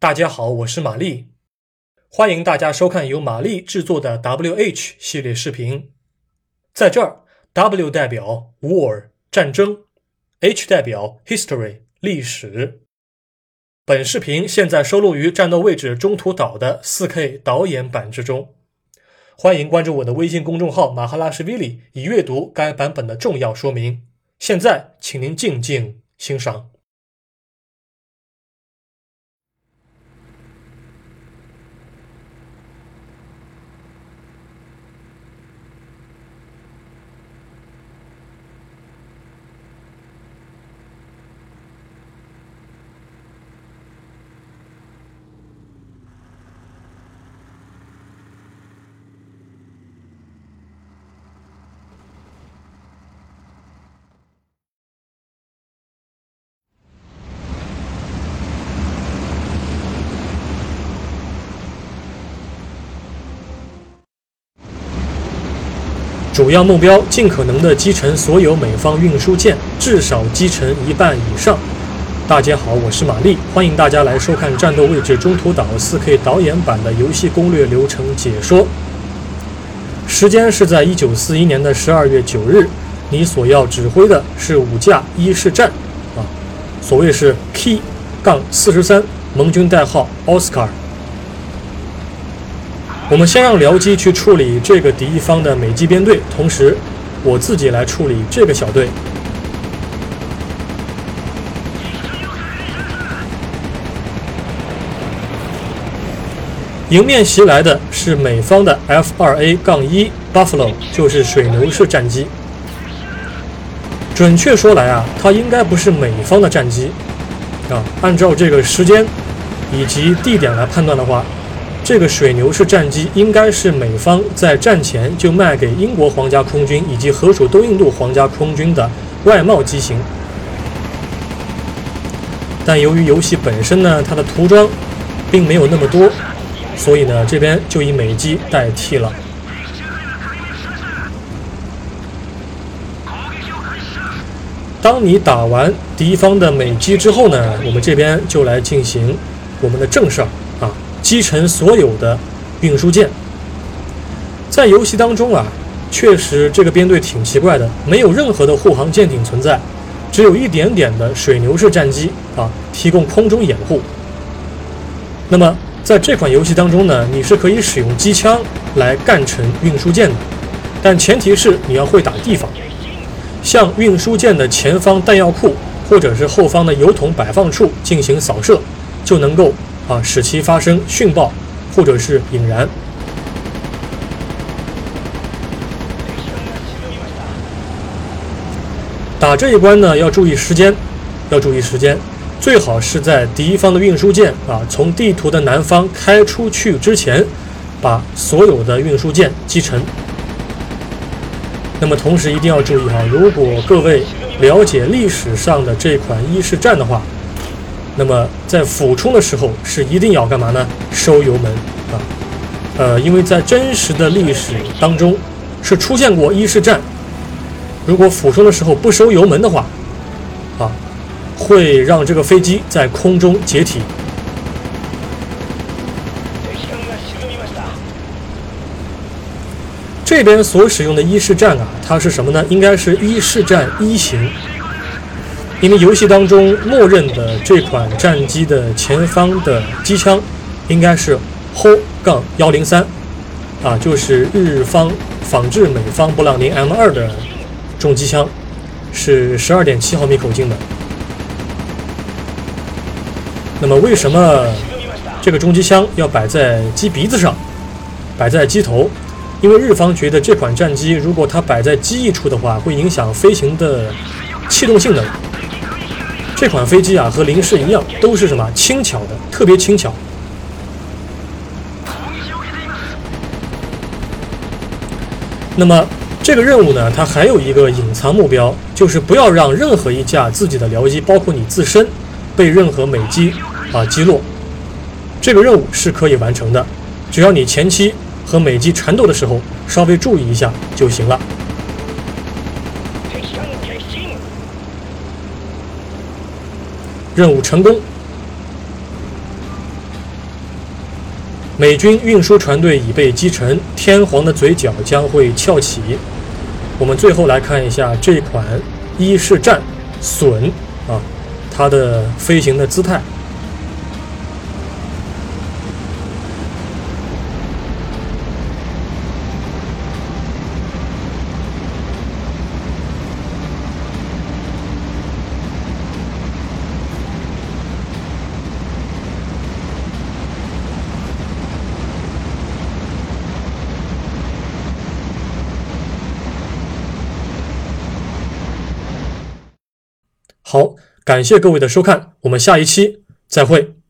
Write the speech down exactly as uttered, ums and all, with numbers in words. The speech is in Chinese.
大家好，我是玛丽，欢迎大家收看由玛丽制作的 W H 系列视频。在这儿 W 代表 War 战争， H 代表 History 历史。本视频现在收录于战斗位置中途岛的 四K 导演版之中。欢迎关注我的微信公众号马哈拉什维里，以阅读该版本的重要说明。现在请您静静欣赏。主要目标：尽可能的击沉所有美方运输舰，至少击沉一半以上。大家好，我是玛丽，欢迎大家来收看《战斗位置中途岛》四K 导演版的游戏攻略流程解说。时间是在一九四一年的十二月九日，你所要指挥的是五架伊式战啊，所谓是 K 四十三，盟军代号奥斯卡。我们先让僚机去处理这个敌方的美机编队，同时我自己来处理这个小队。迎面袭来的是美方的 F 二 A 一 Buffalo， 就是水牛式战机。准确说来啊，它应该不是美方的战机啊。按照这个时间以及地点来判断的话，这个水牛式战机应该是美方在战前就卖给英国皇家空军以及荷属东印度皇家空军的外贸机型。但由于游戏本身呢，它的涂装并没有那么多，所以呢，这边就以美机代替了。当你打完敌方的美机之后呢，我们这边就来进行我们的正事儿啊。击沉所有的运输舰。在游戏当中啊，确实这个编队挺奇怪的，没有任何的护航舰艇存在，只有一点点的水牛式战机啊，提供空中掩护。那么在这款游戏当中呢，你是可以使用机枪来干沉运输舰的，但前提是你要会打地方，向运输舰的前方弹药库或者是后方的油桶摆放处进行扫射，就能够啊，使其发生殉爆或者是引燃。打这一关呢，要注意时间，要注意时间，最好是在敌方的运输舰啊从地图的南方开出去之前，把所有的运输舰击沉。那么同时一定要注意哈，如果各位了解历史上的这款伊式战的话，那么在俯冲的时候是一定要干嘛呢？收油门啊！呃，因为在真实的历史当中是出现过伊式战，如果俯冲的时候不收油门的话，啊，会让这个飞机在空中解体。这边所使用的伊式战啊，它是什么呢？应该是伊式战一型。因为游戏当中默认的这款战机的前方的机枪应该是 H O 一零三 啊，就是日方仿制美方勃朗宁 M 二 的重机枪，是 十二点七毫米口径的。那么为什么这个重机枪要摆在机鼻子上，摆在机头？因为日方觉得这款战机如果它摆在机翼处的话，会影响飞行的气动性能。这款飞机啊，和零式一样，都是什么轻巧的，特别轻巧。那么这个任务呢，它还有一个隐藏目标，就是不要让任何一架自己的僚机，包括你自身，被任何美机啊击落。这个任务是可以完成的，只要你前期和美机缠斗的时候稍微注意一下就行了。任务成功。 美军运输船队已被击沉，天皇的嘴角将会翘起。我们最后来看一下这款伊势战隼啊，它的飞行的姿态。好，感谢各位的收看，我们下一期再会。